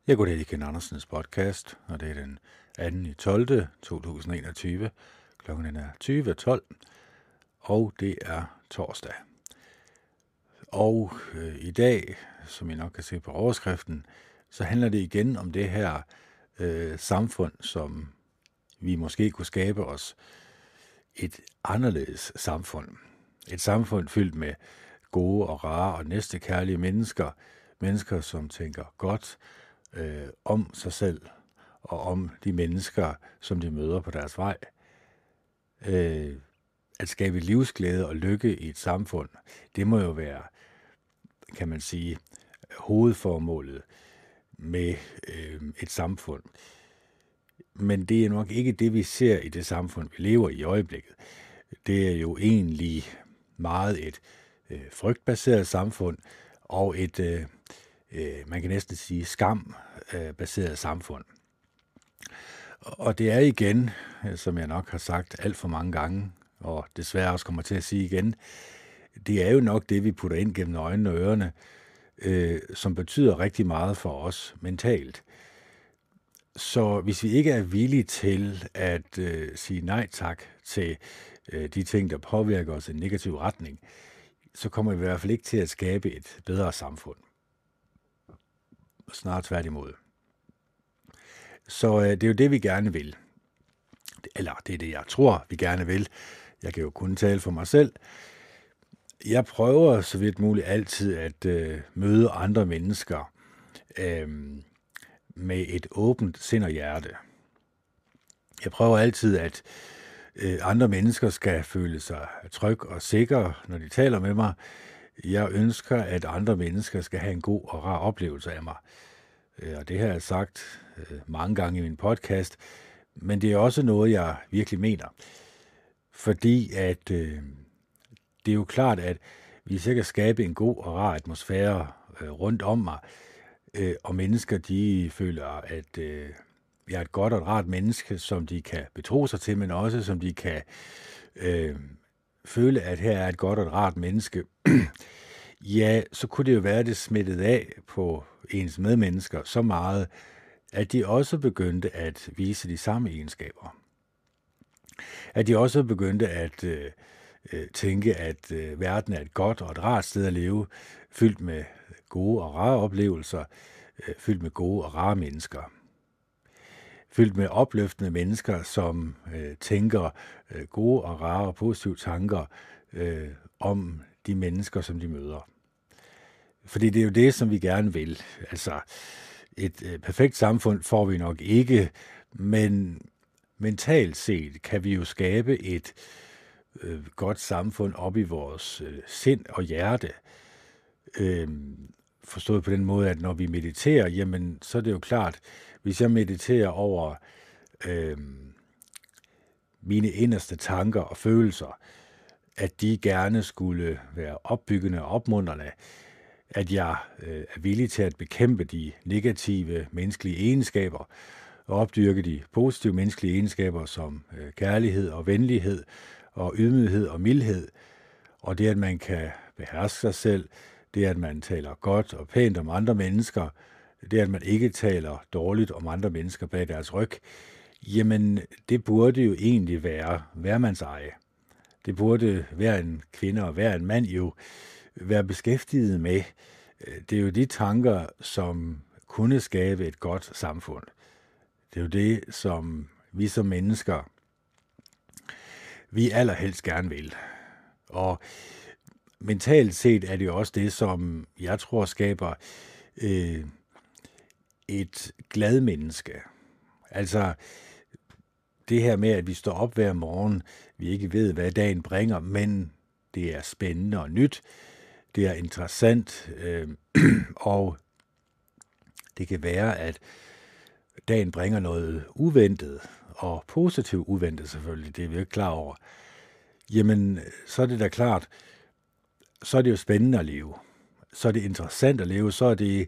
Jeg går til Ken Andersens podcast, og det er den 2.12.2021. Klokken er 20.12, og det er torsdag. Og i dag, som I nok kan se på overskriften, så handler det igen om det her samfund, som vi måske kunne skabe os. Et anderledes samfund. Et samfund fyldt med gode og rare og næstekærlige mennesker. Mennesker, som tænker godt om sig selv og om de mennesker, som de møder på deres vej. At skabe livsglæde og lykke i et samfund, det må jo være, kan man sige, hovedformålet med et samfund. Men det er nok ikke det, vi ser i det samfund, vi lever i øjeblikket. Det er jo egentlig meget et frygtbaseret samfund og et, man kan næsten sige, skambaseret samfund. Og det er igen, som jeg nok har sagt alt for mange gange, og desværre også kommer til at sige igen, det er jo nok det, vi putter ind gennem øjnene og ørerne, som betyder rigtig meget for os mentalt. Så hvis vi ikke er villige til at sige nej tak til de ting, der påvirker os i en negativ retning, så kommer vi i hvert fald ikke til at skabe et bedre samfund. Snarere tværtimod. Så det er jo det, vi gerne vil. Eller det er det, jeg tror, vi gerne vil. Jeg kan jo kun tale for mig selv. Jeg prøver så vidt muligt altid at møde andre mennesker med et åbent sind og hjerte. Jeg prøver altid, at andre mennesker skal føle sig trygge og sikre, når de taler med mig. Jeg ønsker, at andre mennesker skal have en god og rar oplevelse af mig. Og det har jeg sagt mange gange i min podcast, men det er også noget, jeg virkelig mener. Fordi at det er jo klart, at hvis jeg kan skabe en god og rar atmosfære rundt om mig, og mennesker, de føler, at jeg er et godt og et rart menneske, som de kan betro sig til, men også som de kan føle, at her er et godt og et rart menneske, ja, så kunne det jo være, det smittet af på ens medmennesker så meget, at de også begyndte at vise de samme egenskaber. At de også begyndte at tænke, at verden er et godt og et rart sted at leve, fyldt med gode og rare oplevelser, fyldt med gode og rare mennesker. Fyldt med opløftende mennesker, som tænker gode og rare og positive tanker om de mennesker, som de møder. Fordi det er jo det, som vi gerne vil. Altså, et perfekt samfund får vi nok ikke, men mentalt set kan vi jo skabe et godt samfund op i vores sind og hjerte. Forstået på den måde, at når vi mediterer, jamen, så er det jo klart, hvis jeg mediterer over mine inderste tanker og følelser, at de gerne skulle være opbyggende og opmuntrende, at jeg er villig til at bekæmpe de negative menneskelige egenskaber og opdyrke de positive menneskelige egenskaber som kærlighed og venlighed og ydmyghed og mildhed, og det, at man kan beherske sig selv, det, at man taler godt og pænt om andre mennesker, det, at man ikke taler dårligt om andre mennesker bag deres ryg, jamen, det burde jo egentlig være hvermands eje. Det burde hver en kvinde og hver en mand jo være beskæftiget med. Det er jo de tanker, som kunne skabe et godt samfund. Det er jo det, som vi som mennesker, vi allerhelst gerne vil. Og mentalt set er det jo også det, som jeg tror skaber et glad menneske. Altså det her med, at vi står op hver morgen, vi ikke ved, hvad dagen bringer, men det er spændende og nyt, det er interessant, og det kan være, at dagen bringer noget uventet, og positivt uventet selvfølgelig, det er vi jo ikke klar over. Jamen, så er det da klart, så er det jo spændende at leve. Så er det interessant at leve, så er det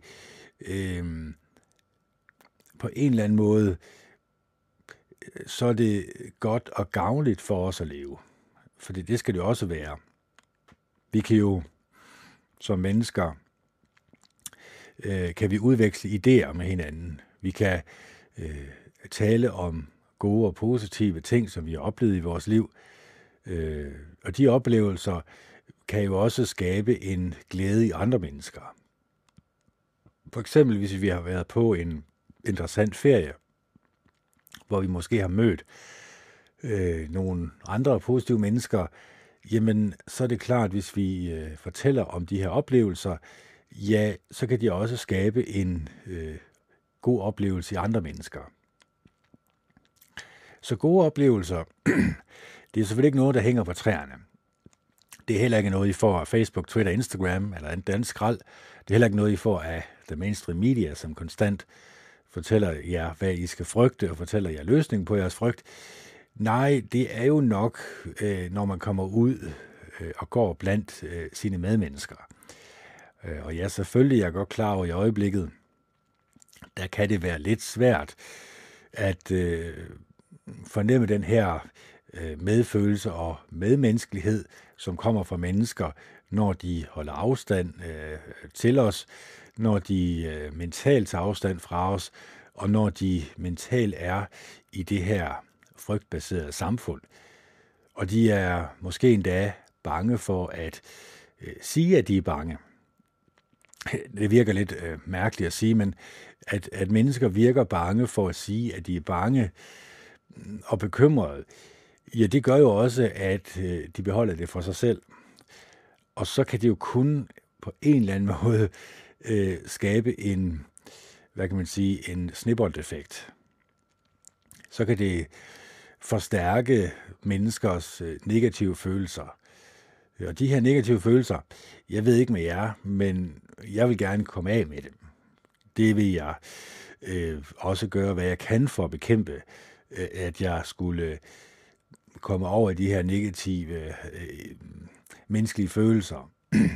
på en eller anden måde, så er det godt og gavnligt for os at leve. For det skal det også være. Vi kan jo som mennesker kan vi udveksle idéer med hinanden. Vi kan tale om gode og positive ting, som vi har oplevet i vores liv. Og de oplevelser kan jo også skabe en glæde i andre mennesker. For eksempel, hvis vi har været på en interessant ferie, hvor vi måske har mødt nogle andre positive mennesker, jamen, så er det klart, hvis vi fortæller om de her oplevelser, ja, så kan de også skabe en god oplevelse i andre mennesker. Så gode oplevelser, det er selvfølgelig ikke noget, der hænger på træerne. Det er heller ikke noget, I får af Facebook, Twitter, Instagram eller andet dansk skrald. Det er heller ikke noget, I får af the mainstream media, som konstant fortæller jer, hvad I skal frygte, og fortæller jer løsningen på jeres frygt. Nej, det er jo nok, når man kommer ud og går blandt sine medmennesker. Og ja, selvfølgelig er jeg godt klar over i øjeblikket, der kan det være lidt svært at fornemme den her medfølelse og medmenneskelighed, som kommer fra mennesker, når de holder afstand til os, når de mentalt tager afstand fra os, og når de mentalt er i det her frygtbaserede samfund. Og de er måske endda bange for at sige, at de er bange. Det virker lidt mærkeligt at sige, men at mennesker virker bange for at sige, at de er bange og bekymrede, ja, det gør jo også, at de beholder det for sig selv. Og så kan det jo kun på en eller anden måde skabe en, hvad kan man sige, en sneboldeffekt. Så kan det forstærke menneskers negative følelser. Og de her negative følelser, jeg ved ikke med jer, men jeg vil gerne komme af med dem. Det vil jeg også gøre, hvad jeg kan for at bekæmpe, at jeg skulle komme over i de her negative menneskelige følelser.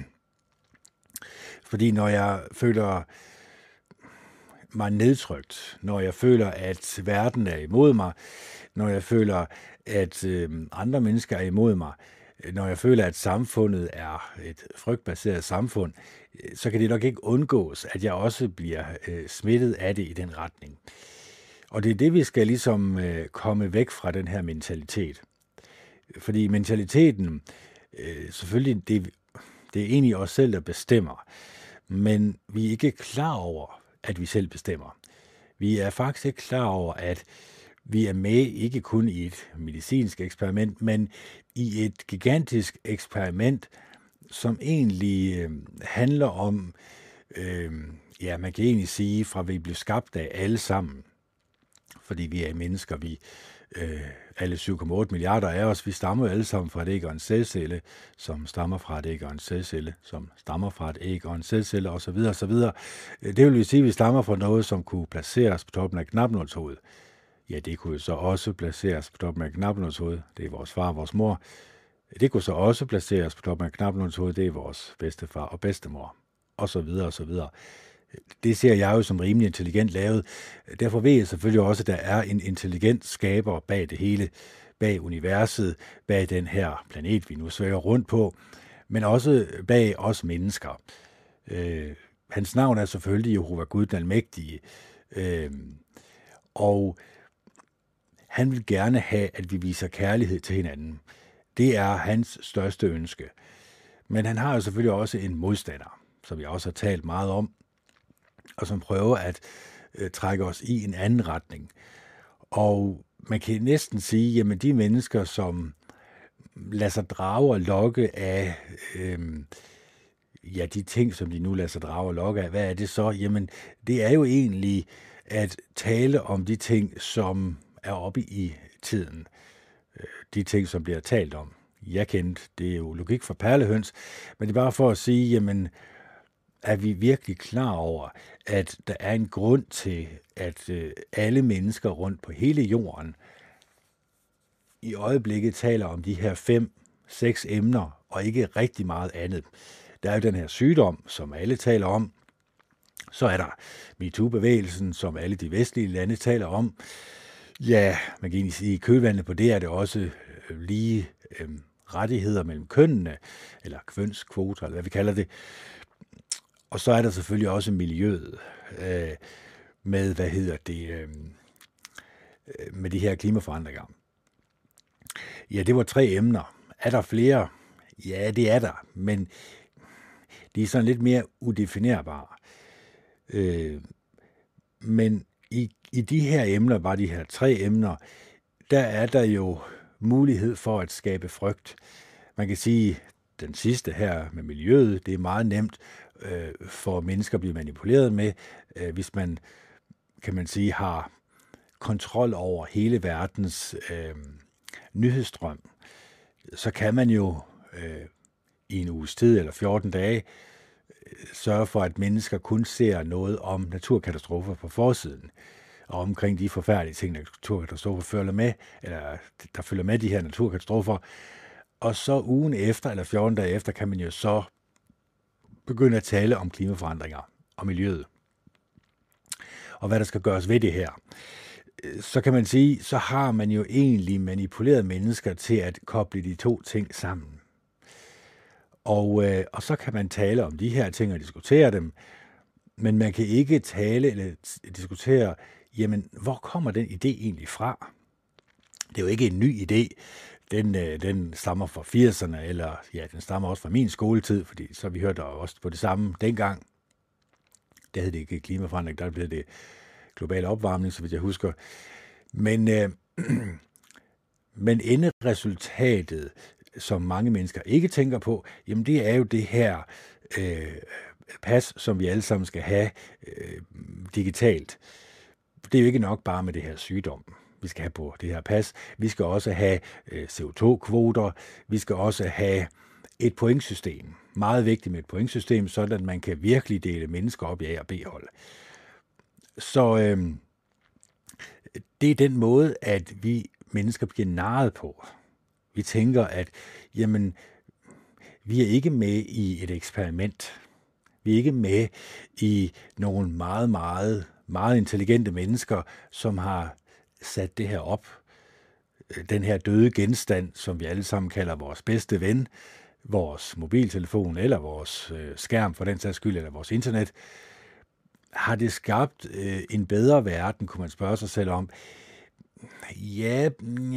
Fordi når jeg føler mig nedtrykt, når jeg føler, at verden er imod mig, når jeg føler, at andre mennesker er imod mig, når jeg føler, at samfundet er et frygtbaseret samfund, så kan det nok ikke undgås, at jeg også bliver smittet af det i den retning. Og det er det, vi skal ligesom komme væk fra den her mentalitet. Fordi mentaliteten, selvfølgelig, det er egentlig os selv, der bestemmer. Men vi er ikke klar over, at vi selv bestemmer. Vi er faktisk ikke klar over, at vi er med ikke kun i et medicinsk eksperiment, men i et gigantisk eksperiment, som egentlig handler om, ja, man kan egentlig sige, fra vi blev skabt af alle sammen. Fordi vi er mennesker, vi alle 7,8 milliarder af os, vi stammer jo alle sammen fra et æg og en sædcelle, som stammer fra et æg og en sædcelle, som stammer fra et æg og en sædcelle, osv. osv. Det vil sige, at vi stammer fra noget, som kunne placeres på toppen af knapnålshovedet. Ja, det kunne så også placeres på toppen af knapnålshovedet. Det er vores far og vores mor. Det kunne så også placeres på toppen af knapnålshovedet. Det er vores bedstefar og bedstemor, og så videre, og så videre. Det ser jeg jo som rimelig intelligent lavet. Derfor ved jeg selvfølgelig også, at der er en intelligent skaber bag det hele, bag universet, bag den her planet, vi nu svæver rundt på, men også bag os mennesker. Hans navn er selvfølgelig Jehova Gud den Almægtige, og han vil gerne have, at vi viser kærlighed til hinanden. Det er hans største ønske. Men han har jo selvfølgelig også en modstander, som jeg også har talt meget om, og som prøver at trække os i en anden retning. Og man kan næsten sige, jamen de mennesker, som lader sig drage og lokke af ja, de ting, som de nu lader sig drage og lokke af, hvad er det så? Jamen, det er jo egentlig at tale om de ting, som er oppe i tiden. De ting, som bliver talt om. Jeg kendte, det er jo logik for perlehøns, men det er bare for at sige, jamen, er vi virkelig klar over, at der er en grund til, at alle mennesker rundt på hele jorden i øjeblikket taler om de her 5-6 emner, og ikke rigtig meget andet. Der er jo den her sygdom, som alle taler om. Så er der MeToo-bevægelsen, som alle de vestlige lande taler om. Ja, man kan egentlig sige, at i kølvandet på det er det også lige rettigheder mellem kønnene, eller kønskvoter, eller hvad vi kalder det. Og så er der selvfølgelig også miljøet med, med de her klimaforandringer. Ja, det var 3 emner. Er der flere? Ja, det er der, men de er sådan lidt mere udefinerbare. Men i de her emner, bare de her 3 emner, der er der jo mulighed for at skabe frygt. Man kan sige, den sidste her med miljøet, det er meget nemt for mennesker at blive manipuleret med, hvis man, kan man sige, har kontrol over hele verdens nyhedsstrøm. Så kan man jo i en uges tid eller 14 dage sørge for, at mennesker kun ser noget om naturkatastrofer på forsiden, og omkring de forfærdelige ting, naturkatastrofer følger med, eller der følger med de her naturkatastrofer. Og så ugen efter, eller 14 dage efter, kan man jo så begynde at tale om klimaforandringer og miljøet, og hvad der skal gøres ved det her. Så kan man sige, så har man jo egentlig manipuleret mennesker til at koble de 2 ting sammen. Og så kan man tale om de her ting og diskutere dem, men man kan ikke tale eller diskutere, jamen, hvor kommer den idé egentlig fra? Det er jo ikke en ny idé. Den stammer fra 80'erne, eller ja, den stammer også fra min skoletid, fordi så vi hørte også på det samme dengang. Der hed det ikke klimaforandring, der blev det global opvarmning, så vidt jeg husker. Men enderesultatet, som mange mennesker ikke tænker på, jamen det er jo det her pas, som vi alle sammen skal have digitalt. Det er jo ikke nok bare med det her sygdom, vi skal have på det her pas. Vi skal også have CO2-kvoter. Vi skal også have et pointsystem. Meget vigtigt med et pointsystem, sådan at man kan virkelig dele mennesker op i A- og B-hold. Så det er den måde, at vi mennesker bliver narret på. Vi tænker, at jamen, vi er ikke med i et eksperiment. Vi er ikke med i nogle meget, meget, meget intelligente mennesker, som har sat det her op. Den her døde genstand, som vi alle sammen kalder vores bedste ven, vores mobiltelefon eller vores skærm for den sags skyld, eller vores internet, har det skabt en bedre verden, kunne man spørge sig selv om. Ja,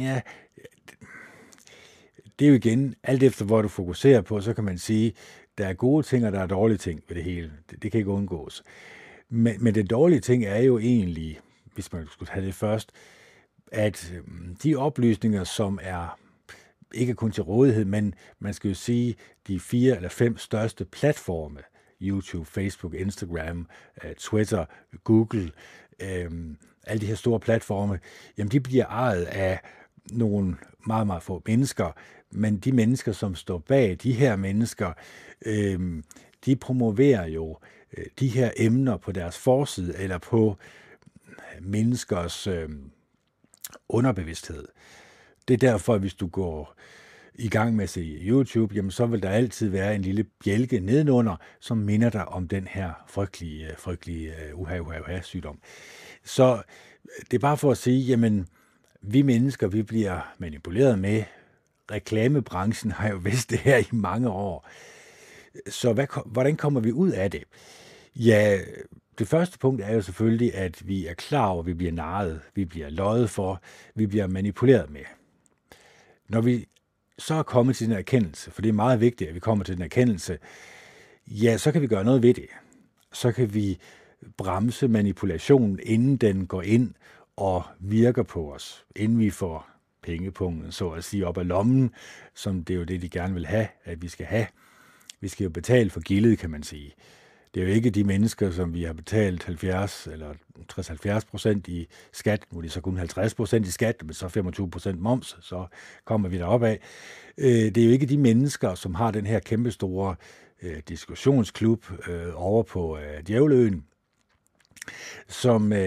det er jo igen, alt efter hvor du fokuserer på, så kan man sige, der er gode ting, og der er dårlige ting ved det hele. Det kan ikke undgås. Men det dårlige ting er jo egentlig, hvis man skulle have det først, at de oplysninger, som er ikke kun til rådighed, men man skal jo sige, de 4 eller 5 største platforme, YouTube, Facebook, Instagram, Twitter, Google, alle de her store platforme, jamen de bliver ejet af nogle meget, meget få mennesker, men de mennesker, som står bag de her mennesker, de promoverer jo de her emner på deres forside, eller på menneskers underbevidsthed. Det er derfor, at hvis du går i gang med at se YouTube, jamen så vil der altid være en lille bjælke nedenunder, som minder dig om den her frygtelige sygdom. Så det er bare for at sige, jamen vi mennesker, vi bliver manipuleret med. Reklamebranchen har jo vidst det her i mange år. Så hvordan kommer vi ud af det? Ja, det første punkt er jo selvfølgelig, at vi er klar over, at vi bliver narret, vi bliver løjet for, vi bliver manipuleret med. Når vi så er kommet til den erkendelse, for det er meget vigtigt, at vi kommer til den erkendelse, ja, så kan vi gøre noget ved det. Så kan vi bremse manipulationen, inden den går ind og virker på os, inden vi får pengepungen, så at sige, op af lommen, som det er jo det, de gerne vil have, at vi skal have. Vi skal jo betale for gildet, kan man sige. Det er jo ikke de mennesker, som vi har betalt 70 eller 60-70% i skat, nu er det så kun 50% i skat, men så 25% moms, så kommer vi derop af. Det er jo ikke de mennesker, som har den her kæmpestore diskussionsklub over på Djævleøen, som på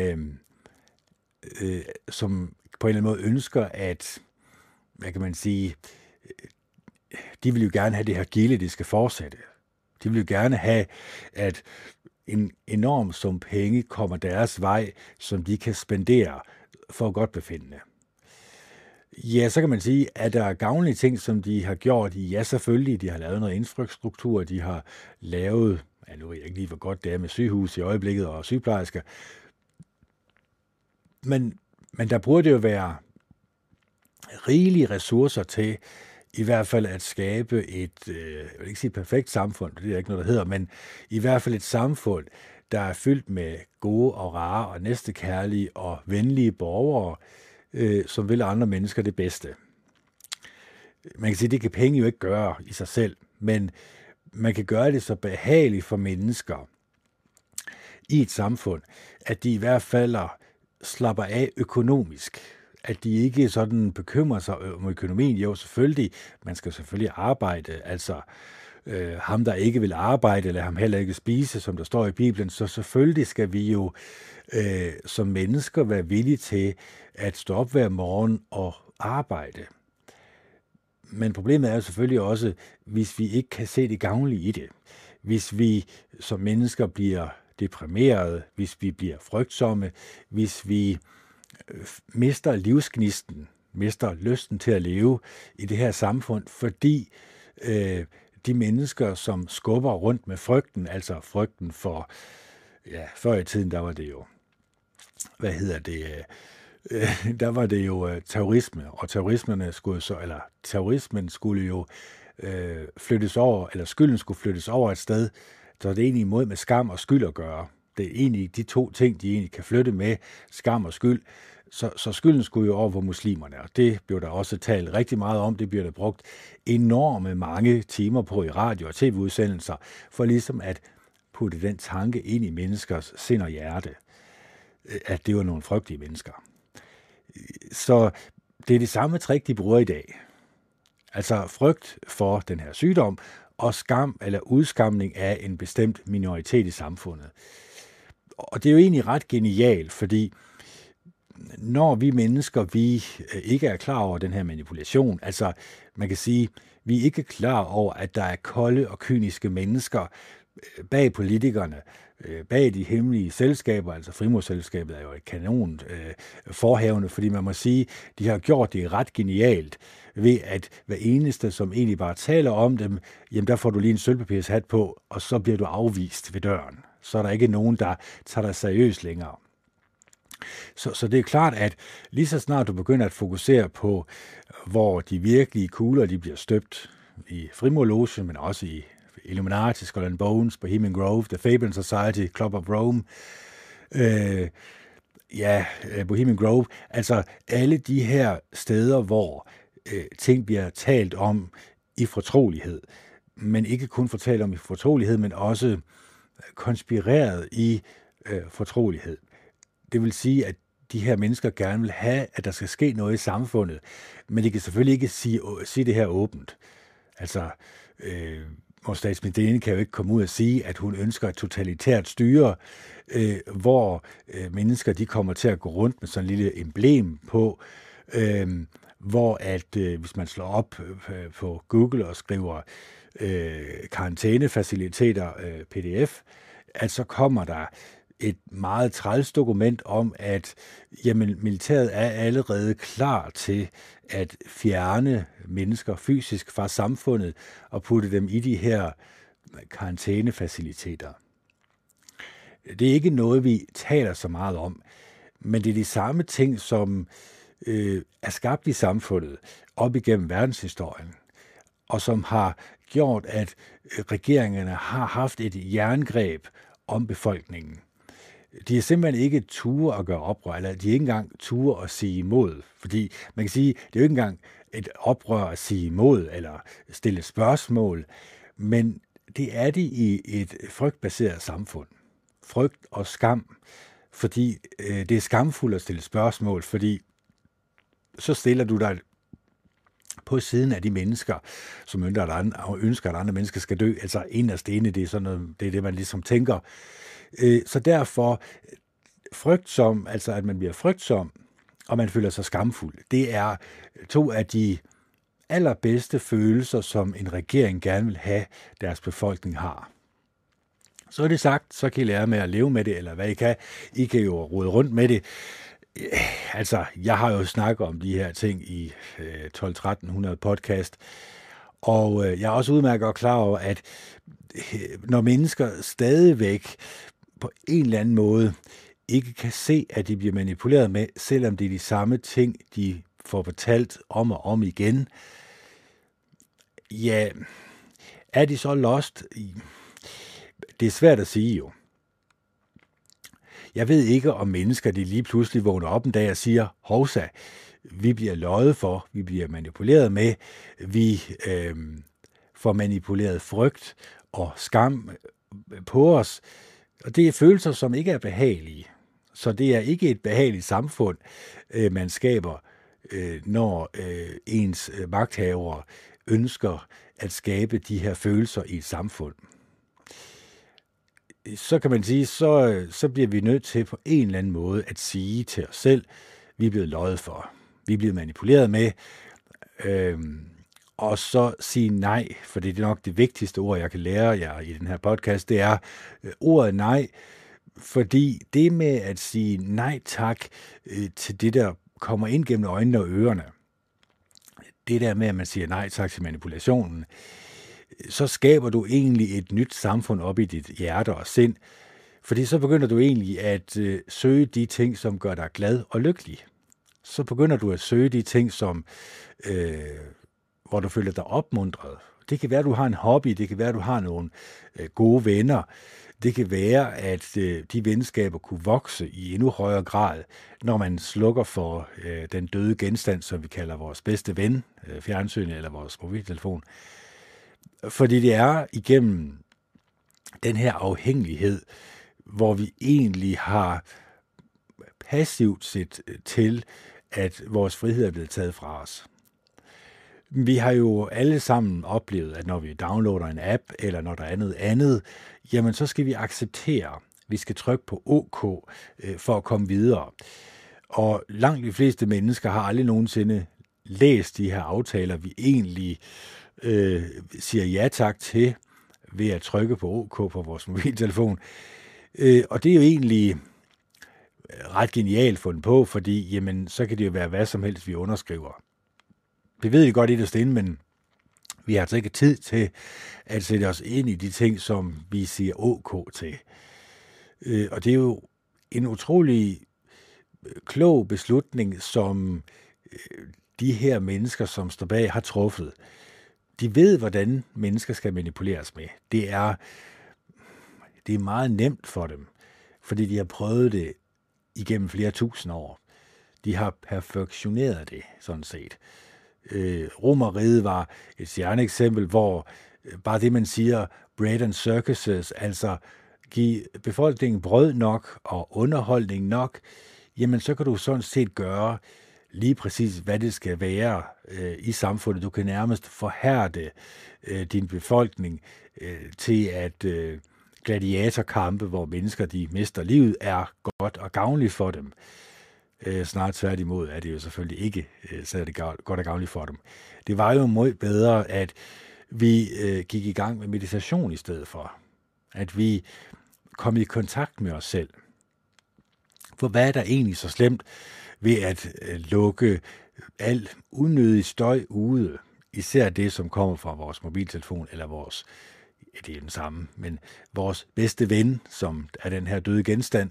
en eller anden måde ønsker, at, hvad kan man sige, de vil jo gerne have det her gilde, det skal fortsætte. De vil jo gerne have, at en enorm sum penge kommer deres vej, som de kan spendere for godt befindende. Ja, så kan man sige, at der er gavnlige ting, som de har gjort. Ja, selvfølgelig, de har lavet noget infrastruktur, de har lavet Ja, nu ved jeg ikke lige, hvor godt det er med sygehus i øjeblikket og sygeplejersker. Men der burde jo være rigelige ressourcer til i hvert fald at skabe et, jeg vil ikke sige perfekt samfund, det er ikke noget, der hedder, men i hvert fald et samfund, der er fyldt med gode og rare og næstekærlige og venlige borgere, som vil andre mennesker det bedste. Man kan sige, at det kan penge jo ikke gøre i sig selv, men man kan gøre det så behageligt for mennesker i et samfund, at de i hvert fald slapper af økonomisk. At de ikke sådan bekymrer sig om økonomien. Jo, selvfølgelig, man skal selvfølgelig arbejde. Altså, ham, der ikke vil arbejde, eller ham heller ikke spise, som der står i Bibelen, så selvfølgelig skal vi jo som mennesker være villige til at stå op hver morgen og arbejde. Men problemet er jo selvfølgelig også, hvis vi ikke kan se det gavnlige i det. Hvis vi som mennesker bliver deprimerede, hvis vi bliver frygtsomme, hvis vi mister livsgnisten, mister lysten til at leve i det her samfund, fordi de mennesker, som skubber rundt med frygten, altså frygten for, ja, før i tiden, der var det jo, der var det jo terrorisme, og terrorismen skulle jo flyttes over, eller skylden skulle flyttes over et sted, så det er egentlig imod med skam og skyld at gøre. Det er egentlig de to ting, de egentlig kan flytte med, skam og skyld. Så skylden skulle jo over på muslimerne, og det blev der også talt rigtig meget om. Det bliver der brugt enorme mange timer på i radio- og tv-udsendelser, for ligesom at putte den tanke ind i menneskers sind og hjerte, at det var nogle frygtelige mennesker. Så det er det samme trick, de bruger i dag. Altså frygt for den her sygdom, og skam eller udskamning af en bestemt minoritet i samfundet. Og det er jo egentlig ret genialt, fordi når vi mennesker, vi ikke er klar over den her manipulation, altså man kan sige, vi er ikke klar over, at der er kolde og kyniske mennesker bag politikerne, bag de hemmelige selskaber, altså Frimurselskabet er jo et kanon forhavende, fordi man må sige, de har gjort det ret genialt ved, at hver eneste, som egentlig bare taler om dem, jamen der får du lige en sølvpapirshat på, og så bliver du afvist ved døren. Så er der ikke nogen, der tager dig seriøst længere. Så det er klart, at lige så snart du begynder at fokusere på, hvor de virkelige kugler de bliver støbt i Frimurlogen, men også i Illuminati, Skull and Bones, Bohemian Grove, The Fabian Society, Club of Rome, Bohemian Grove, altså alle de her steder, hvor ting bliver talt om i fortrolighed, men ikke kun fortalt om i fortrolighed, men også konspireret i fortrolighed. Det vil sige, at de her mennesker gerne vil have, at der skal ske noget i samfundet, men de kan selvfølgelig ikke sige det her åbent. Altså, vores statsministerinde kan jo ikke komme ud og sige, at hun ønsker et totalitært styre, hvor mennesker de kommer til at gå rundt med sådan en lille emblem på, hvor at hvis man slår op på Google og skriver karantænefaciliteter PDF, at så kommer der et meget træls dokument om, at jamen, militæret er allerede klar til at fjerne mennesker fysisk fra samfundet og putte dem i de her karantænefaciliteter. Det er ikke noget, vi taler så meget om, men det er de samme ting, som er skabt i samfundet op igennem verdenshistorien, og som har gjort, at regeringerne har haft et jerngreb om befolkningen. De er simpelthen ikke ture at gøre oprør, eller de er ikke engang ture at sige imod. Fordi man kan sige, det er jo ikke engang et oprør at sige imod, eller stille spørgsmål, men det er de i et frygtbaseret samfund. Frygt og skam, fordi det er skamfuldt at stille spørgsmål, fordi så stiller du dig på siden af de mennesker, som ønsker, at andre mennesker skal dø. Altså inderst inde, det er sådan noget, det er det, man ligesom tænker. Så derfor frygtsom, altså at man bliver frygtsom, og man føler sig skamfuld, det er to af de allerbedste følelser, som en regering gerne vil have, deres befolkning har. Så er det sagt, så kan I lære med at leve med det, eller hvad I kan. I kan jo rode rundt med det. Altså, jeg har jo snakket om de her ting i 12-1300 podcast, og jeg er også udmærket og klar over, at når mennesker stadigvæk på en eller anden måde ikke kan se, at de bliver manipuleret med, selvom det er de samme ting, de får fortalt om og om igen, ja, er de så lost? Det er svært at sige jo. Jeg ved ikke, om mennesker de lige pludselig vågner op en dag og siger, hovsa, vi bliver løjet for, vi bliver manipuleret med, vi får manipuleret frygt og skam på os. Og det er følelser, som ikke er behagelige. Så det er ikke et behageligt samfund, man skaber, når ens magthavere ønsker at skabe de her følelser i et samfund. Så kan man sige, så bliver vi nødt til på en eller anden måde at sige til os selv, vi er blevet løjet for, vi er blevet manipuleret med, og så sige nej, for det er nok det vigtigste ord, jeg kan lære jer i den her podcast, det er ordet nej, fordi det med at sige nej tak til det, der kommer ind gennem øjnene og ørerne, det der med, at man siger nej tak til manipulationen, så skaber du egentlig et nyt samfund op i dit hjerte og sind, fordi så begynder du egentlig at søge de ting, som gør dig glad og lykkelig. Så begynder du at søge de ting, som, hvor du føler dig opmuntret. Det kan være, at du har en hobby, det kan være, at du har nogle gode venner, det kan være, at de venskaber kunne vokse i endnu højere grad, når man slukker for den døde genstand, som vi kalder vores bedste ven, fjernsyn eller vores mobiltelefon. Fordi det er igennem den her afhængighed, hvor vi egentlig har passivt set til, at vores frihed er blevet taget fra os. Vi har jo alle sammen oplevet, at når vi downloader en app, eller når der er noget andet, jamen så skal vi acceptere. Vi skal trykke på OK for at komme videre. Og langt de fleste mennesker har aldrig nogensinde læst de her aftaler, vi egentlig siger ja tak til ved at trykke på OK på vores mobiltelefon. Og det er jo egentlig ret genialt fundet på, fordi jamen, så kan det jo være hvad som helst, vi underskriver. Vi ved det godt i det inde, men vi har altså ikke tid til at sætte os ind i de ting, som vi siger OK til. Og det er jo en utrolig klog beslutning, som de her mennesker, som står bag, har truffet. De ved, hvordan mennesker skal manipuleres med. Det er meget nemt for dem, fordi de har prøvet det igennem flere tusind år. De har perfektioneret det, sådan set. Romerriget var et stjerneeksempel, hvor bare det, man siger, bread and circuses, altså give befolkningen brød nok og underholdning nok, jamen så kan du sådan set gøre lige præcis, hvad det skal være i samfundet. Du kan nærmest forhærde din befolkning til at gladiatorkampe, hvor mennesker de mister livet, er godt og gavnligt for dem. Snart tværtimod er det jo selvfølgelig ikke så er det godt og gavnligt for dem. Det var jo meget bedre, at vi gik i gang med meditation i stedet for. At vi kom i kontakt med os selv. For hvad er der egentlig så slemt ved at lukke al unødig støj ude? Især det, som kommer fra vores mobiltelefon eller vores, det er den samme, men vores bedste ven, som er den her døde genstand,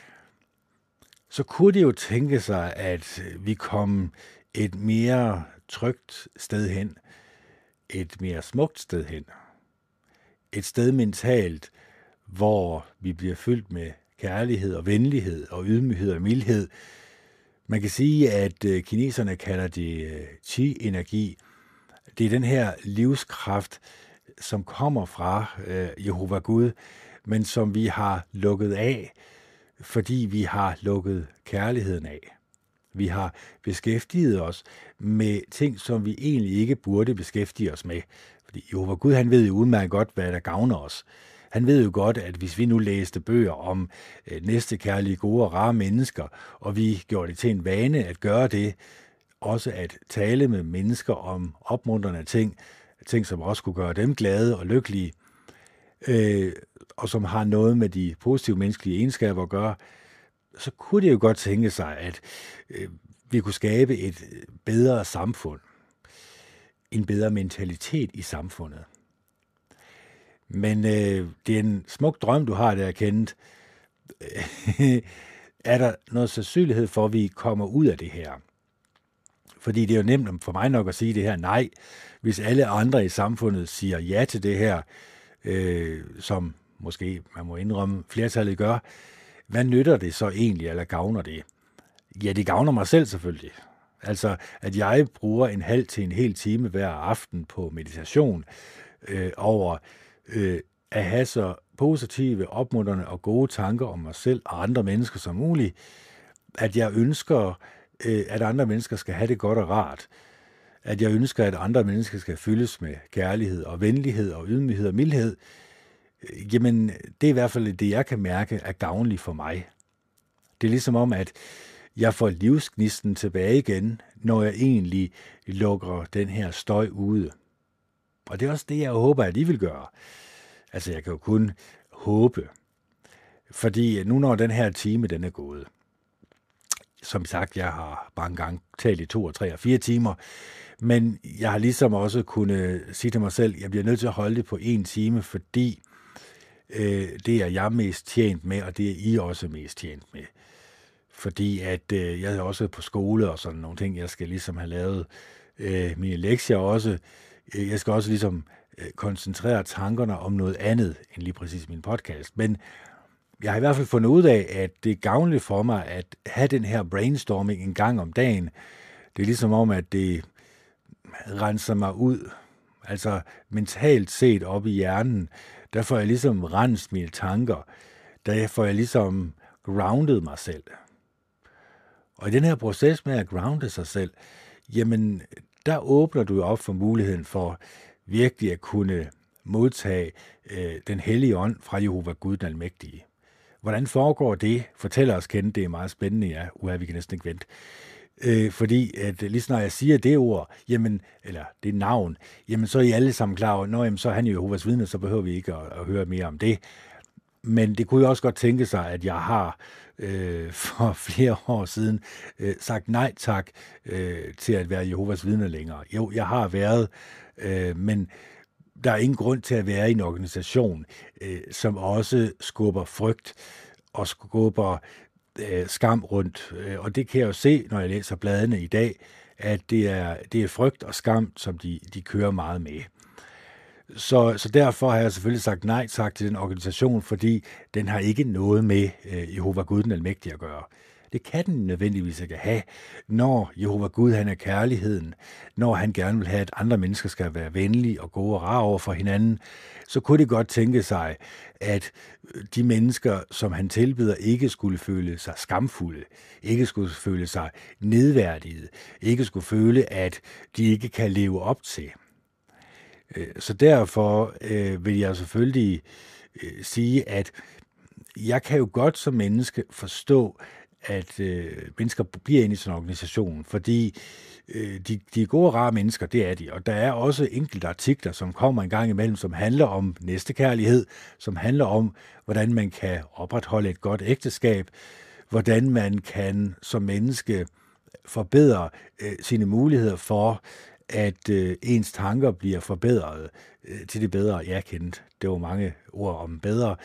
så kunne det jo tænke sig, at vi kom et mere trygt sted hen, et mere smukt sted hen, et sted mentalt, hvor vi bliver fyldt med kærlighed og venlighed og ydmyghed og mildhed. Man kan sige, at kineserne kalder det qi-energi. Det er den her livskraft, som kommer fra Jehova Gud, men som vi har lukket af, fordi vi har lukket kærligheden af. Vi har beskæftiget os med ting, som vi egentlig ikke burde beskæftige os med. Fordi Jehova Gud, han ved jo udmærket godt, hvad der gavner os. Han ved jo godt, at hvis vi nu læste bøger om næstekærlige, gode og rare mennesker, og vi gjorde det til en vane at gøre det, også at tale med mennesker om opmuntrende ting, ting som også kunne gøre dem glade og lykkelige, og som har noget med de positive menneskelige egenskaber at gøre, så kunne det jo godt tænke sig, at vi kunne skabe et bedre samfund, en bedre mentalitet i samfundet. Men det er en smuk drøm, du har der, Kenneth. Er der noget sandsynlighed for, at vi kommer ud af det her? Fordi det er jo nemt for mig nok at sige det her nej, hvis alle andre i samfundet siger ja til det her, som måske man må indrømme flertallet gør. Hvad nytter det så egentlig, eller gavner det? Ja, det gavner mig selv selvfølgelig. Altså, at jeg bruger en halv til en hel time hver aften på meditation over at have så positive, opmuntrende og gode tanker om mig selv og andre mennesker som muligt, at jeg ønsker, at andre mennesker skal have det godt og rart. At jeg ønsker, at andre mennesker skal fyldes med kærlighed og venlighed og ydmyghed og mildhed. Jamen, det er i hvert fald det, jeg kan mærke er gavnligt for mig. Det er ligesom om, at jeg får livsgnisten tilbage igen, når jeg egentlig lukker den her støj ude. Og det er også det, jeg håber, at I vil gøre. Altså, jeg kan jo kun håbe. Fordi nu når den her time, den er gået. Som sagt, jeg har bare engang talt i 2, 3 og 4 timer. Men jeg har ligesom også kunnet sige til mig selv, at jeg bliver nødt til at holde det på 1 time, fordi det er jeg mest tjent med, og det er I også mest tjent med. Fordi at jeg er også på skole og sådan nogle ting, jeg skal ligesom have lavet mine lektier også. Jeg skal også ligesom koncentrere tankerne om noget andet end lige præcis min podcast. Men jeg har i hvert fald fundet ud af, at det er gavnligt for mig at have den her brainstorming en gang om dagen. Det er ligesom om, at det renser mig ud. Altså mentalt set op i hjernen, der får jeg ligesom renset mine tanker. Der får jeg ligesom grounded mig selv. Og i den her proces med at grounde sig selv, jamen, der åbner du op for muligheden for virkelig at kunne modtage den hellige ånd fra Jehova Gud den Almægtige. Hvordan foregår det? Fortæl os, Kenneth, det er meget spændende, ja. Vi kan næsten ikke vente. Fordi at lige snart jeg siger det ord, jamen, eller det navn, jamen så er I alle sammen klar over, jamen, så er han jo Jehovas vidne, så behøver vi ikke at høre mere om det. Men det kunne jo også godt tænke sig, at jeg har for flere år siden sagt nej tak til at være Jehovas vidne længere. Jo, jeg har været, men der er ingen grund til at være i en organisation, som også skubber frygt og skubber skam rundt. Og det kan jeg jo se, når jeg læser bladene i dag, at det er frygt og skam, som de kører meget med. Så derfor har jeg selvfølgelig sagt nej tak til den organisation, fordi den har ikke noget med Jehova Gud den Almægtige at gøre. Det kan den nødvendigvis ikke have, når Jehova Gud han er kærligheden, når han gerne vil have, at andre mennesker skal være venlige og gode og rare over for hinanden, så kunne det godt tænke sig, at de mennesker, som han tilbeder, ikke skulle føle sig skamfulde, ikke skulle føle sig nedværdigede, ikke skulle føle, at de ikke kan leve op til. Så derfor vil jeg selvfølgelig sige, at jeg kan jo godt som menneske forstå, at mennesker bliver inde i sådan en organisation, fordi de er gode og rare mennesker, det er de. Og der er også enkelte artikler, som kommer en gang imellem, som handler om næstekærlighed, som handler om, hvordan man kan opretholde et godt ægteskab, hvordan man kan som menneske forbedre sine muligheder for, at ens tanker bliver forbedret til det bedre. Jeg kendte, det var mange ord om bedre.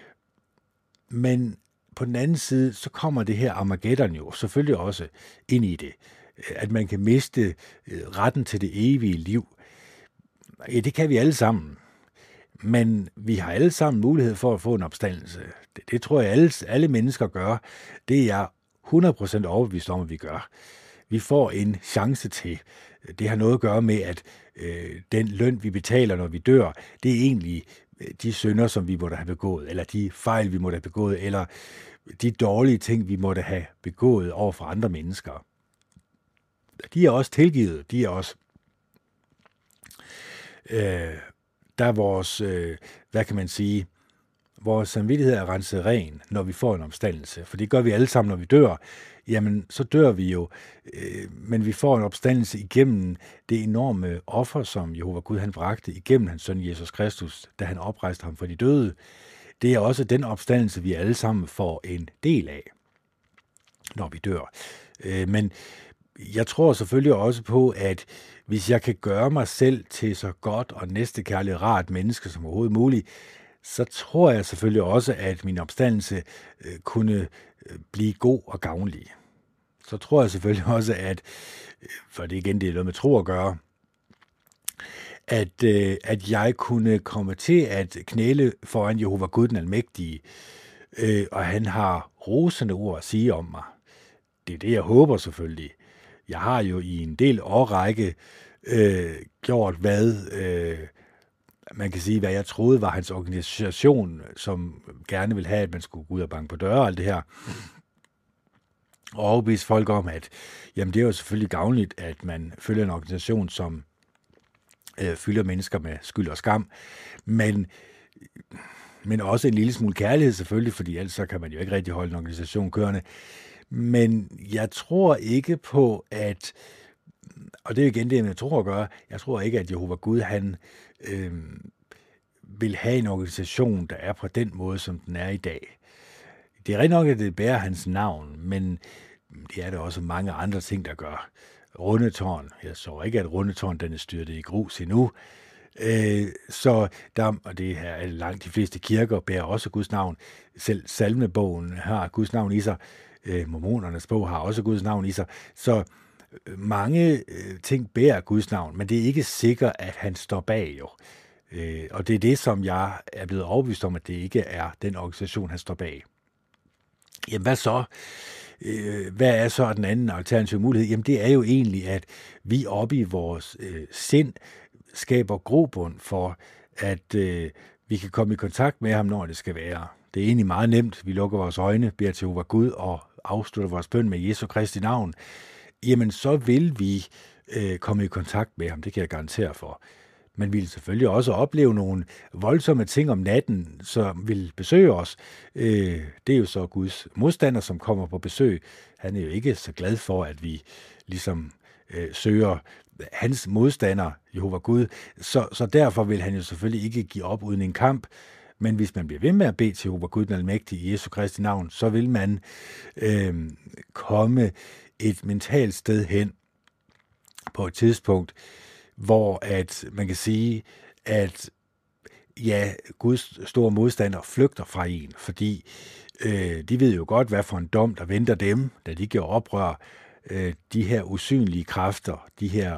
Men på den anden side, så kommer det her Armageddon jo selvfølgelig også ind i det. At man kan miste retten til det evige liv. Ja, det kan vi alle sammen. Men vi har alle sammen mulighed for at få en opstandelse. Det tror jeg, alle mennesker gør. Det er jeg 100% overbevist om, at vi gør. Vi får en chance til. Det har noget at gøre med, at den løn, vi betaler, når vi dør, det er egentlig de synder, som vi måtte have begået, eller de fejl, vi måtte have begået, eller de dårlige ting, vi måtte have begået over for andre mennesker. De er også tilgivet. De er også der er vores, hvad kan man sige, vores samvittighed er renset ren, når vi får en opstandelse. For det gør vi alle sammen, når vi dør. Jamen, så dør vi jo, men vi får en opstandelse igennem det enorme offer, som Jehova Gud han bragte igennem hans søn Jesus Kristus, da han oprejste ham fra de døde. Det er også den opstandelse, vi alle sammen får en del af, når vi dør. Men Jeg tror selvfølgelig også på, at hvis jeg kan gøre mig selv til så godt og næstekærligt rart menneske som overhovedet muligt, så tror jeg selvfølgelig også, at min opstandelse kunne blive god og gavnlig. Så tror jeg selvfølgelig også, at, for det igen, det er noget med tro at gøre, at jeg kunne komme til at knæle foran Jehova Gud den Almægtige, og han har rosende ord at sige om mig. Det er det, jeg håber selvfølgelig. Jeg har jo i en del årrække gjort, hvad man kan sige, hvad jeg troede var hans organisation, som gerne ville have, at man skulle gå ud og banke på døre og alt det her. Og overbevise folk om, at jamen, det er jo selvfølgelig gavnligt, at man følger en organisation, som fylder mennesker med skyld og skam, men også en lille smule kærlighed selvfølgelig, fordi ellers så kan man jo ikke rigtig holde en organisation kørende. Men jeg tror ikke på, at, og det er igen det, jeg tror at gøre, jeg tror ikke, at Jehova Gud, han vil have en organisation, der er på den måde, som den er i dag. Det er rigtig nok, at det bærer hans navn, men det er der også mange andre ting, der gør. Rundetårn. Jeg så ikke, at Rundetårn den er styrtet i grus endnu. Så der, og det her er langt de fleste kirker, bærer også Guds navn. Selv Salmebogen har Guds navn i sig. Mormonernes bog har også Guds navn i sig. Så mange ting bærer Guds navn, men det er ikke sikkert, at han står bag jo. Og det er det, som jeg er blevet overbevist om, at det ikke er den organisation, han står bag. Jamen hvad så? Hvad er så den anden alternative mulighed? Jamen det er jo egentlig, at vi oppe i vores sind skaber grobund for, at vi kan komme i kontakt med ham, når det skal være. Det er egentlig meget nemt. Vi lukker vores øjne, beder til Jehova Gud og afslutter vores bøn med Jesu Kristi navn. Jamen så vil vi komme i kontakt med ham, det kan jeg garantere for. Men vi vil selvfølgelig også opleve nogle voldsomme ting om natten, som vil besøge os. Det er jo så Guds modstander, som kommer på besøg. Han er jo ikke så glad for, at vi ligesom søger hans modstander, Jehova Gud. Så derfor vil han jo selvfølgelig ikke give op uden en kamp. Men hvis man bliver ved med at bede til Jehova Gud den Almægtige i Jesu Kristi navn, så vil man komme et mentalt sted hen på et tidspunkt, hvor at man kan sige, at ja, Guds store modstander flygter fra en, fordi de ved jo godt, hvad for en dom, der venter dem, da de gjorde oprør. De her usynlige kræfter, de her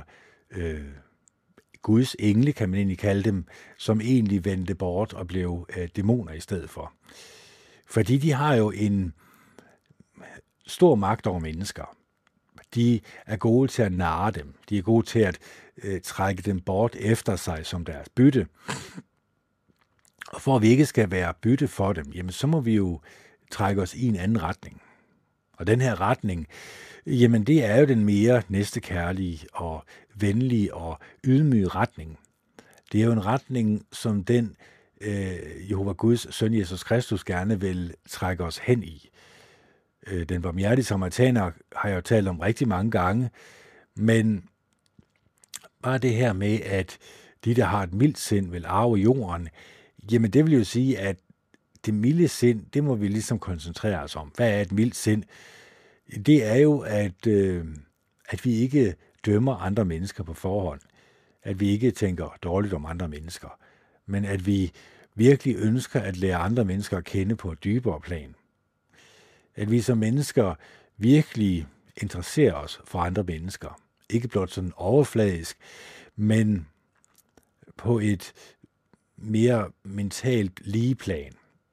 Guds engle, kan man egentlig kalde dem, som egentlig vendte bort og blev dæmoner i stedet for. Fordi de har jo en stor magt over mennesker. De er gode til at narre dem. De er gode til at trække dem bort efter sig som deres bytte. Og for at vi ikke skal være bytte for dem, jamen så må vi jo trække os i en anden retning. Og den her retning, jamen det er jo den mere næstekærlige og venlige og ydmyge retning. Det er jo en retning, som den Jehova Guds søn Jesus Kristus gerne vil trække os hen i. Den barmhjertige samaritaner har jeg jo talt om rigtig mange gange, men bare det her med, at de, der har et mildt sind, vil arve jorden, jamen det vil jo sige, at det milde sind, det må vi ligesom koncentrere os om. Hvad er et mildt sind? Det er jo, at vi ikke dømmer andre mennesker på forhånd. At vi ikke tænker dårligt om andre mennesker. Men at vi virkelig ønsker at lære andre mennesker at kende på et dybere plan. At vi som mennesker virkelig interesserer os for andre mennesker. Ikke blot sådan overfladisk, men på et mere mentalt lige plan.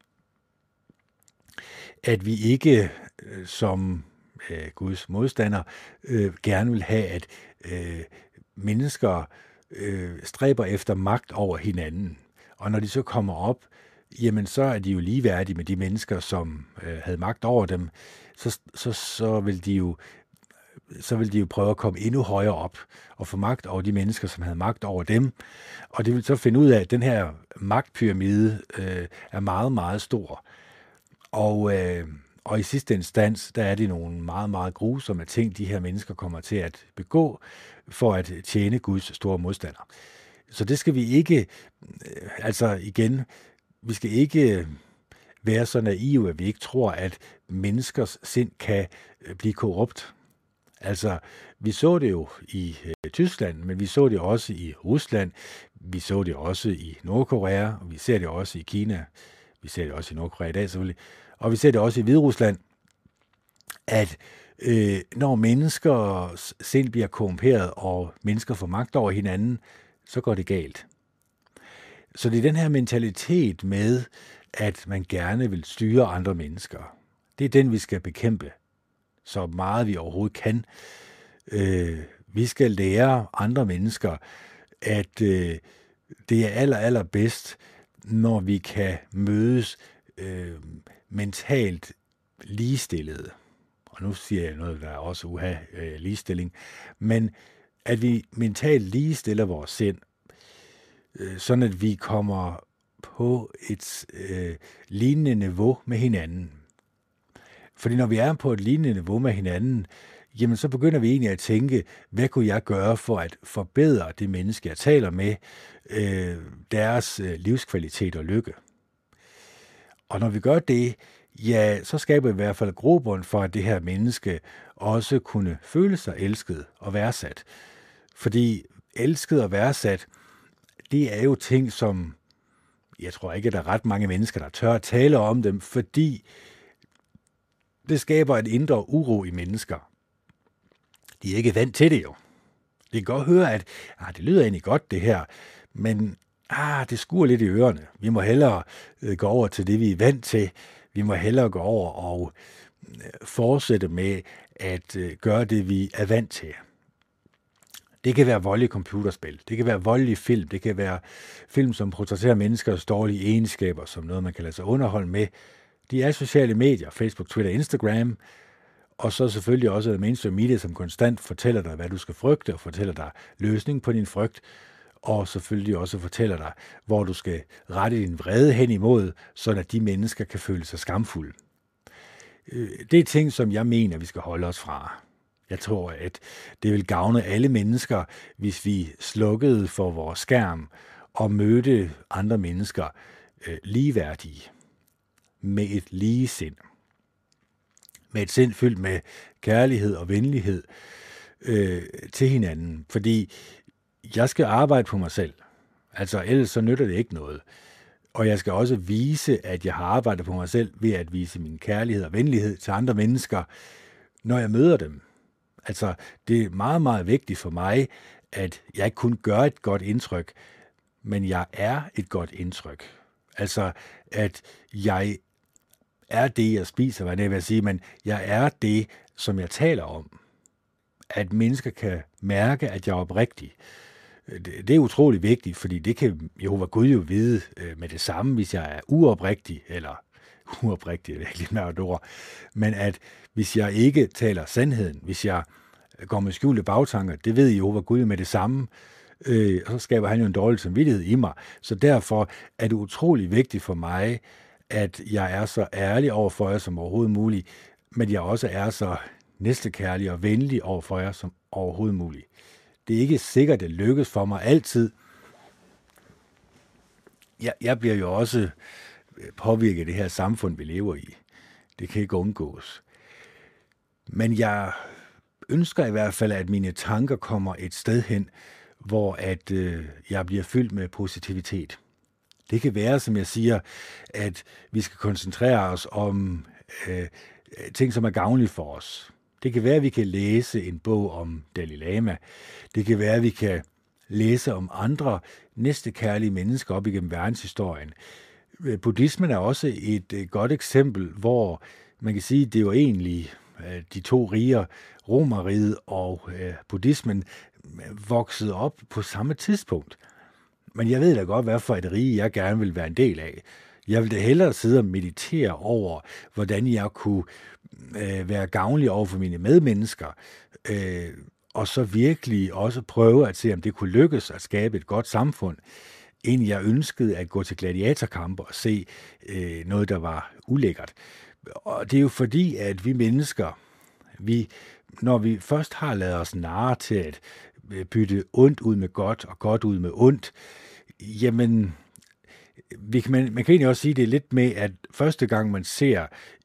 At vi ikke som Guds modstander gerne vil have, at mennesker stræber efter magt over hinanden. Og når de så kommer op, jamen så er de jo ligeværdige med de mennesker, som havde magt over dem. Så vil de jo prøve at komme endnu højere op og få magt over de mennesker, som havde magt over dem. Og det vil så finde ud af, at den her magtpyramide er meget, meget stor. Og i sidste instans, der er det nogle meget, meget grusomme ting, de her mennesker kommer til at begå for at tjene Guds store modstander. Så det skal vi ikke, altså igen, vi skal ikke være så naive, at vi ikke tror, at menneskers sind kan blive korrupt. Altså, vi så det jo i Tyskland, men vi så det også i Rusland, vi så det også i Nordkorea, og vi ser det også i Kina, vi ser det også i Nordkorea i dag selvfølgelig, og vi ser det også i Hviderusland, at når menneskers sind bliver korrumperet, og mennesker får magt over hinanden, så går det galt. Så det er den her mentalitet med, at man gerne vil styre andre mennesker. Det er den, vi skal bekæmpe, så meget vi overhovedet kan. Vi skal lære andre mennesker, at det er allerbedst, når vi kan mødes mentalt ligestillede. Og nu siger jeg noget, der er også ligestilling, men at vi mentalt ligestiller vores sind, sådan at vi kommer på et lignende niveau med hinanden. Fordi når vi er på et lignende niveau med hinanden, jamen så begynder vi egentlig at tænke, hvad kunne jeg gøre for at forbedre det menneske, jeg taler med, deres livskvalitet og lykke. Og når vi gør det, ja, så skaber vi i hvert fald grobund for, at det her menneske også kunne føle sig elsket og værdsat. Fordi elsket og værdsat, det er jo ting, som jeg tror ikke, at der er ret mange mennesker, der tør at tale om dem, fordi det skaber et indre uro i mennesker. De er ikke vant til det jo. De kan godt høre, at det lyder egentlig godt det her, men det skuer lidt i ørerne. Vi må hellere gå over til det, vi er vant til. Vi må hellere gå over og fortsætte med at gøre det, vi er vant til. Det kan være voldelige computerspil, det kan være voldelige film, det kan være film, som portrætterer menneskers dårlige egenskaber, som noget, man kan lade sig underholde med. De er sociale medier, Facebook, Twitter, Instagram, og så selvfølgelig også mainstream media, som konstant fortæller dig, hvad du skal frygte, og fortæller dig løsning på din frygt, og selvfølgelig også fortæller dig, hvor du skal rette din vrede hen imod, så at de mennesker kan føle sig skamfulde. Det er ting, som jeg mener, vi skal holde os fra. Jeg tror, at det vil gavne alle mennesker, hvis vi slukkede for vores skærm og mødte andre mennesker ligeværdige, med et lige sind. Med et sind fyldt med kærlighed og venlighed til hinanden. Fordi jeg skal arbejde på mig selv. Altså ellers så nytter det ikke noget. Og jeg skal også vise, at jeg har arbejdet på mig selv ved at vise min kærlighed og venlighed til andre mennesker, når jeg møder dem. Altså, det er meget, meget vigtigt for mig, at jeg ikke kun gør et godt indtryk, men jeg er et godt indtryk. Altså, at jeg er det, jeg spiser, hvad det vil sige, men jeg er det, som jeg taler om. At mennesker kan mærke, at jeg er oprigtig. Det er utrolig vigtigt, fordi det kan Jehova Gud jo vide med det samme, hvis jeg er uoprigtig, eller uoprigtig, det er lidt mere et ord, men at hvis jeg ikke taler sandheden, hvis jeg går med skjulte bagtanker, det ved Jehova Gud med det samme, og så skaber han jo en dårlig samvittighed i mig. Så derfor er det utrolig vigtigt for mig, at jeg er så ærlig over for jer som overhovedet muligt, men jeg også er så næstekærlig og venlig over for jer som overhovedet muligt. Det er ikke sikkert, at det lykkes for mig altid. Jeg bliver jo også påvirket af det her samfund, vi lever i. Det kan ikke undgås. Men jeg ønsker i hvert fald, at mine tanker kommer et sted hen, hvor at jeg bliver fyldt med positivitet. Det kan være, som jeg siger, at vi skal koncentrere os om ting, som er gavnlige for os. Det kan være, at vi kan læse en bog om Dalai Lama. Det kan være, at vi kan læse om andre næstekærlige mennesker op igennem verdenshistorien. Buddhismen er også et godt eksempel, hvor man kan sige, at det var egentlig de to riger, Romerriget og buddhismen, voksede op på samme tidspunkt. Men jeg ved da godt, hvad for et rige jeg gerne vil være en del af. Jeg vil da hellere sidde og meditere over, hvordan jeg kunne være gavnlig over for mine medmennesker, og så virkelig også prøve at se, om det kunne lykkes at skabe et godt samfund, inden jeg ønskede at gå til gladiatorkampe og se noget, der var ulækkert. Og det er jo fordi, at vi mennesker, når vi først har lavet os narre til at bytte ondt ud med godt og godt ud med ondt, jamen, man kan egentlig også sige, det er lidt med, at første gang man ser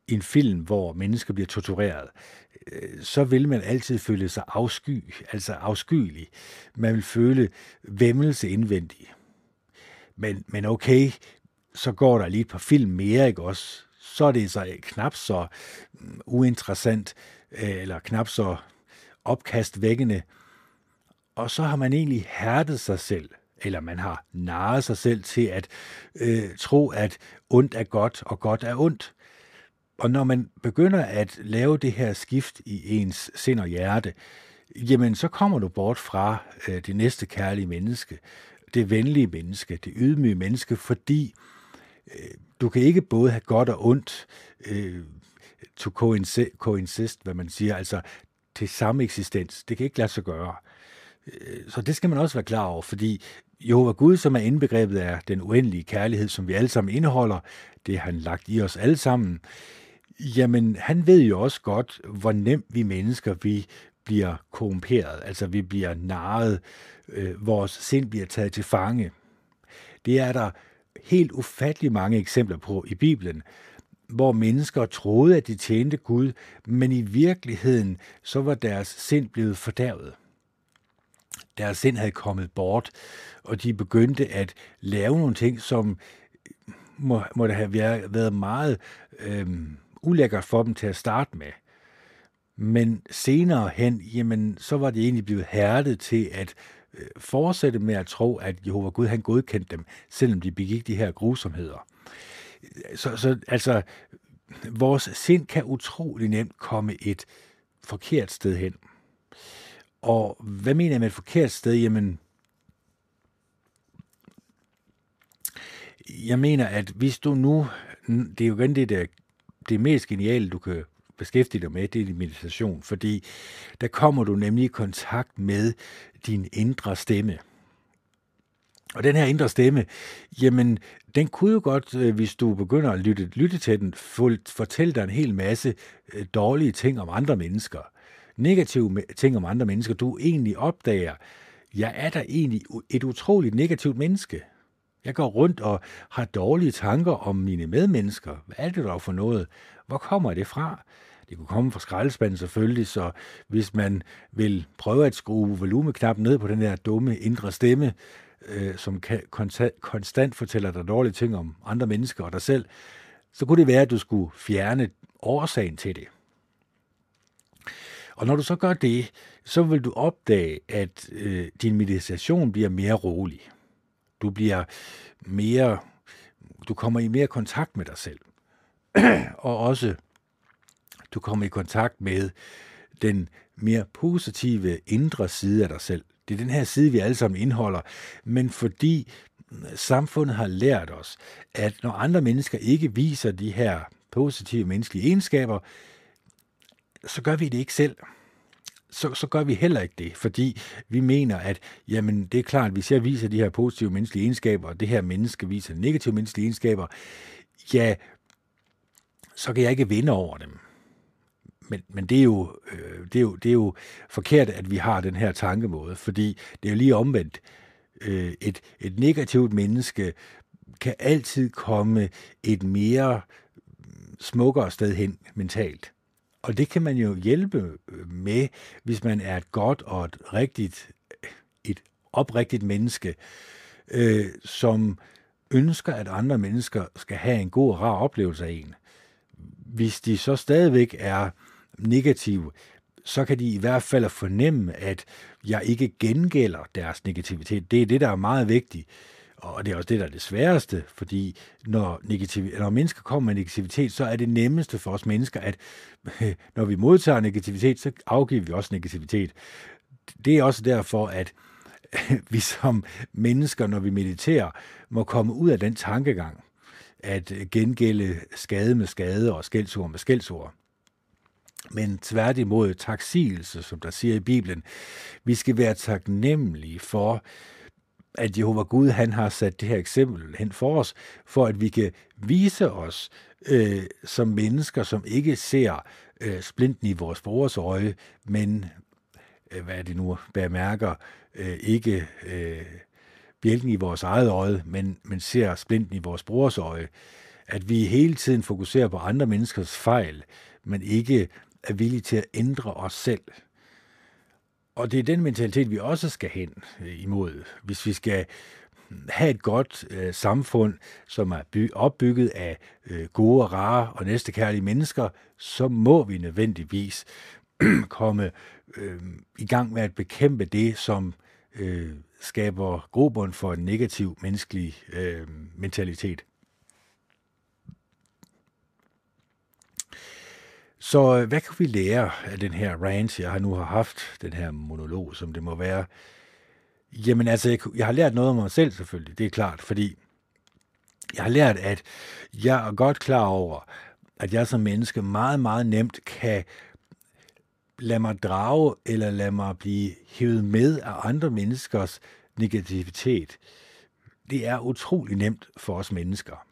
i en film, hvor mennesker bliver tortureret, så vil man altid føle sig afskyelig. Man vil føle væmmelse indvendigt. Men okay, så går der lige et par film mere, ikke også? Så er det så knap så uinteressant, eller knap så opkastvækkende. Og så har man egentlig hærdet sig selv, eller man har narret sig selv til at tro, at ondt er godt, og godt er ondt. Og når man begynder at lave det her skift i ens sind og hjerte, jamen så kommer du bort fra det næste kærlige menneske, det venlige menneske, det ydmyge menneske, fordi du kan ikke både have godt og ondt to coexist, hvad man siger, altså til samme eksistens. Det kan ikke lade sig gøre. Så det skal man også være klar over, fordi Jehova Gud, som er indbegrebet af den uendelige kærlighed, som vi alle sammen indeholder, det har han lagt i os alle sammen, jamen han ved jo også godt, hvor nemt vi mennesker, vi bliver korrumperet, altså vi bliver narret, vores sind bliver taget til fange. Det er der helt ufattelig mange eksempler på i Bibelen, hvor mennesker troede, at de tjente Gud, men i virkeligheden så var deres sind blevet fordærvet. Deres sind havde kommet bort, og de begyndte at lave nogle ting, som måtte have været meget ulækkert for dem til at starte med. Men senere hen, jamen, så var de egentlig blevet hærdet til at fortsætte med at tro, at Jehova Gud, han godkendte dem, selvom de begik de her grusomheder. Så altså, vores sind kan utrolig nemt komme et forkert sted hen. Og hvad mener jeg med et forkert sted? Jamen, jeg mener, at hvis du nu, det er jo igen det mest geniale, du kan beskæftige dig med, det er din meditation, fordi der kommer du nemlig i kontakt med din indre stemme. Og den her indre stemme, jamen, den kunne jo godt, hvis du begynder at lytte til den, fortælle dig en hel masse dårlige ting om andre mennesker, negative ting om andre mennesker, du egentlig opdager, jeg er da egentlig et utroligt negativt menneske. Jeg går rundt og har dårlige tanker om mine medmennesker. Hvad er det dog for noget? Hvor kommer det fra? Det kunne komme fra skraldespanden selvfølgelig, så hvis man vil prøve at skrue volumeknappen ned på den her dumme indre stemme, som konstant fortæller dig dårlige ting om andre mennesker og dig selv, så kunne det være, at du skulle fjerne årsagen til det. Og når du så gør det, så vil du opdage, at din meditation bliver mere rolig. Du kommer i mere kontakt med dig selv. Og også, du kommer i kontakt med den mere positive indre side af dig selv. Det er den her side, vi alle sammen indeholder, men fordi samfundet har lært os, at når andre mennesker ikke viser de her positive menneskelige egenskaber, så gør vi det ikke selv. Så gør vi heller ikke det, fordi vi mener, at jamen, det er klart, at hvis jeg viser de her positive menneskelige egenskaber, og det her menneske viser negative menneskelige egenskaber, ja, så kan jeg ikke vinde over dem. Men det er jo forkert, at vi har den her tankemåde, fordi det er jo lige omvendt. Et negativt menneske kan altid komme et mere smukkere sted hen mentalt. Og det kan man jo hjælpe med, hvis man er et godt og et oprigtigt menneske, som ønsker, at andre mennesker skal have en god og rar oplevelse af en. Hvis de så stadigvæk er negative, så kan de i hvert fald fornemme, at jeg ikke gengælder deres negativitet. Det er det, der er meget vigtigt. Og det er også det, der er det sværeste, fordi når mennesker kommer med negativitet, så er det nemmeste for os mennesker, at når vi modtager negativitet, så afgiver vi også negativitet. Det er også derfor, at vi som mennesker, når vi mediterer, må komme ud af den tankegang, at gengælde skade med skade og skældsord med skældsord. Men tværtimod taksigelse, som der siger i Bibelen, vi skal være taknemmelige for, at Jehova Gud, han har sat det her eksempel hen for os, for at vi kan vise os som mennesker, som ikke ser splinten i vores brors øje, men, hvad er det nu, bemærker, ikke bjælken i vores eget øje, men ser splinten i vores brors øje. At vi hele tiden fokuserer på andre menneskers fejl, men ikke er villige til at ændre os selv. Og det er den mentalitet, vi også skal hen imod, hvis vi skal have et godt samfund, som er opbygget af gode, rare og næstekærlige mennesker, så må vi nødvendigvis komme i gang med at bekæmpe det, som skaber grobund for en negativ menneskelig mentalitet. Så hvad kan vi lære af den her rant, jeg nu har haft, den her monolog, som det må være? Jamen altså, jeg har lært noget om mig selv selvfølgelig, det er klart, fordi jeg har lært, at jeg er godt klar over, at jeg som menneske meget, meget nemt kan lade mig drage, eller lade mig blive hævet med af andre menneskers negativitet. Det er utrolig nemt for os mennesker.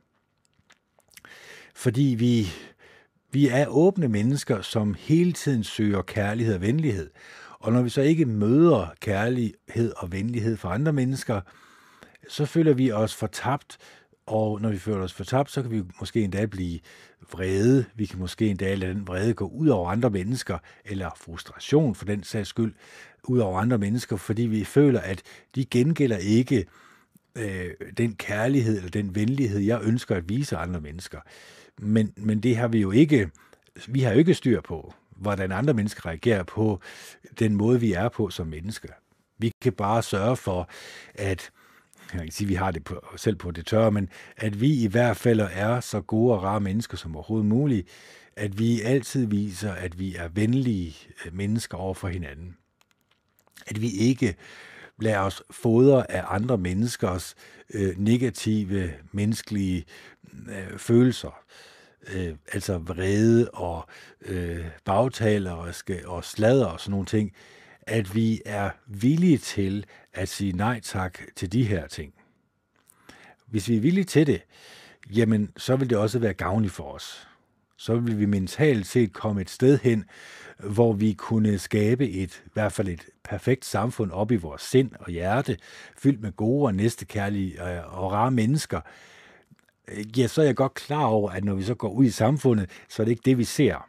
Fordi vi er åbne mennesker, som hele tiden søger kærlighed og venlighed. Og når vi så ikke møder kærlighed og venlighed fra andre mennesker, så føler vi os fortabt. Og når vi føler os fortabt, så kan vi måske endda blive vrede. Vi kan måske endda lade den vrede gå ud over andre mennesker, eller frustration for den sags skyld, ud over andre mennesker, fordi vi føler, at de gengælder ikke den kærlighed eller den venlighed, jeg ønsker at vise andre mennesker. Men det har vi jo ikke styr på, hvordan andre mennesker reagerer på den måde, vi er på som mennesker. Vi kan bare sørge for, at jeg kan sige, at vi har det selv på det tørre, men at vi i hvert fald er så gode og rare mennesker som overhovedet muligt, at vi altid viser, at vi er venlige mennesker over for hinanden. At vi ikke lader os fodre af andre menneskers negative menneskelige følelser. Altså vrede og bagtaler og sladder og sådan nogle ting, at vi er villige til at sige nej tak til de her ting. Hvis vi er villige til det, jamen så vil det også være gavnligt for os. Så vil vi mentalt set komme et sted hen, hvor vi kunne skabe i hvert fald et perfekt samfund op i vores sind og hjerte, fyldt med gode og næstekærlige og rare mennesker. Ja, så er jeg godt klar over, at når vi så går ud i samfundet, så er det ikke det, vi ser.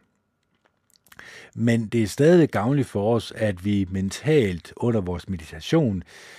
Men det er stadig gavnligt for os, at vi mentalt under vores meditation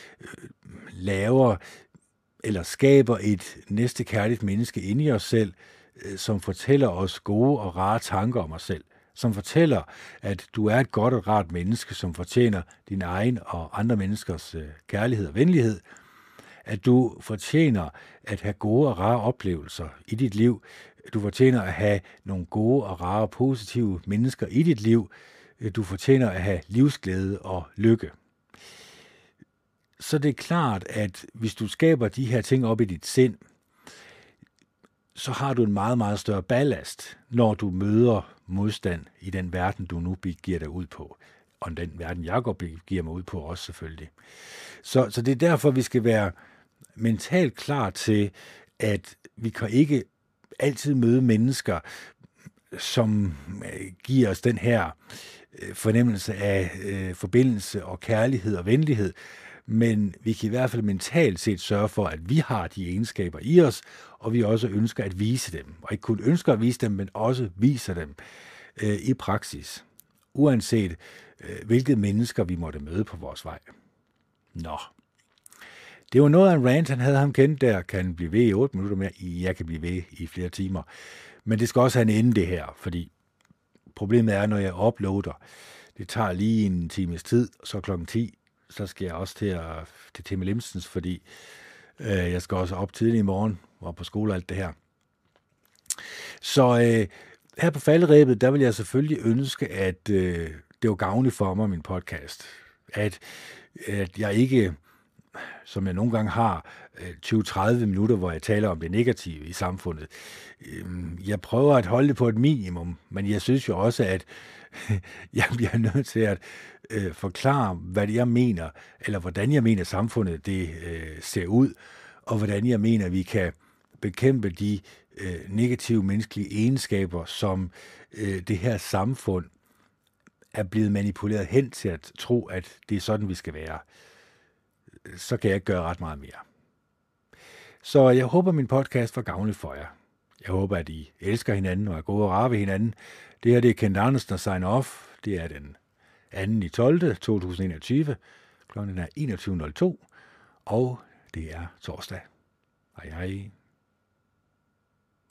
laver eller skaber et næstekærligt menneske inde i os selv, som fortæller os gode og rare tanker om os selv. Som fortæller, at du er et godt og rart menneske, som fortjener din egen og andre menneskers kærlighed og venlighed. At du fortjener at have gode og rare oplevelser i dit liv. Du fortjener at have nogle gode og rare positive mennesker i dit liv. Du fortjener at have livsglæde og lykke. Så det er klart, at hvis du skaber de her ting op i dit sind, så har du en meget, meget større ballast, når du møder modstand i den verden, du nu begiver dig ud på. Og den verden, jeg går begiver mig ud på også selvfølgelig. Så det er derfor, vi skal være mentalt klar til, at vi kan ikke altid møde mennesker, som giver os den her fornemmelse af forbindelse og kærlighed og venlighed, men vi kan i hvert fald mentalt set sørge for, at vi har de egenskaber i os, og vi også ønsker at vise dem. Og ikke kun ønsker at vise dem, men også viser dem i praksis. Uanset hvilke mennesker vi måtte møde på vores vej. Nå. Det var noget af en rant, han havde ham kendt der. Kan blive ved i 8 minutter mere. Jeg kan blive ved i flere timer. Men det skal også have en ende det her, fordi problemet er, når jeg uploader, det tager lige en times tid, så klokken 10, så skal jeg også til Tim Limsens, fordi jeg skal også op tidligt i morgen, og på skole og alt det her. Så her på falderæbet, der vil jeg selvfølgelig ønske, at det var gavnligt for mig, min podcast. At jeg ikke, som jeg nogle gange har, 20-30 minutter, hvor jeg taler om det negative i samfundet. Jeg prøver at holde det på et minimum, men jeg synes jo også, at jeg bliver nødt til at forklare, hvad jeg mener, eller hvordan jeg mener, samfundet det ser ud, og hvordan jeg mener, vi kan bekæmpe de negative menneskelige egenskaber, som det her samfund er blevet manipuleret hen til at tro, at det er sådan, vi skal være. Så kan jeg ikke gøre ret meget mere. Så jeg håber, min podcast var gavnlig for jer. Jeg håber, at I elsker hinanden og er gode og rare ved hinanden. Det her det er Kent Andersen og Sign Off. Det er den 2.12.2021. Klokken er 21.02, og det er torsdag. Hej hej.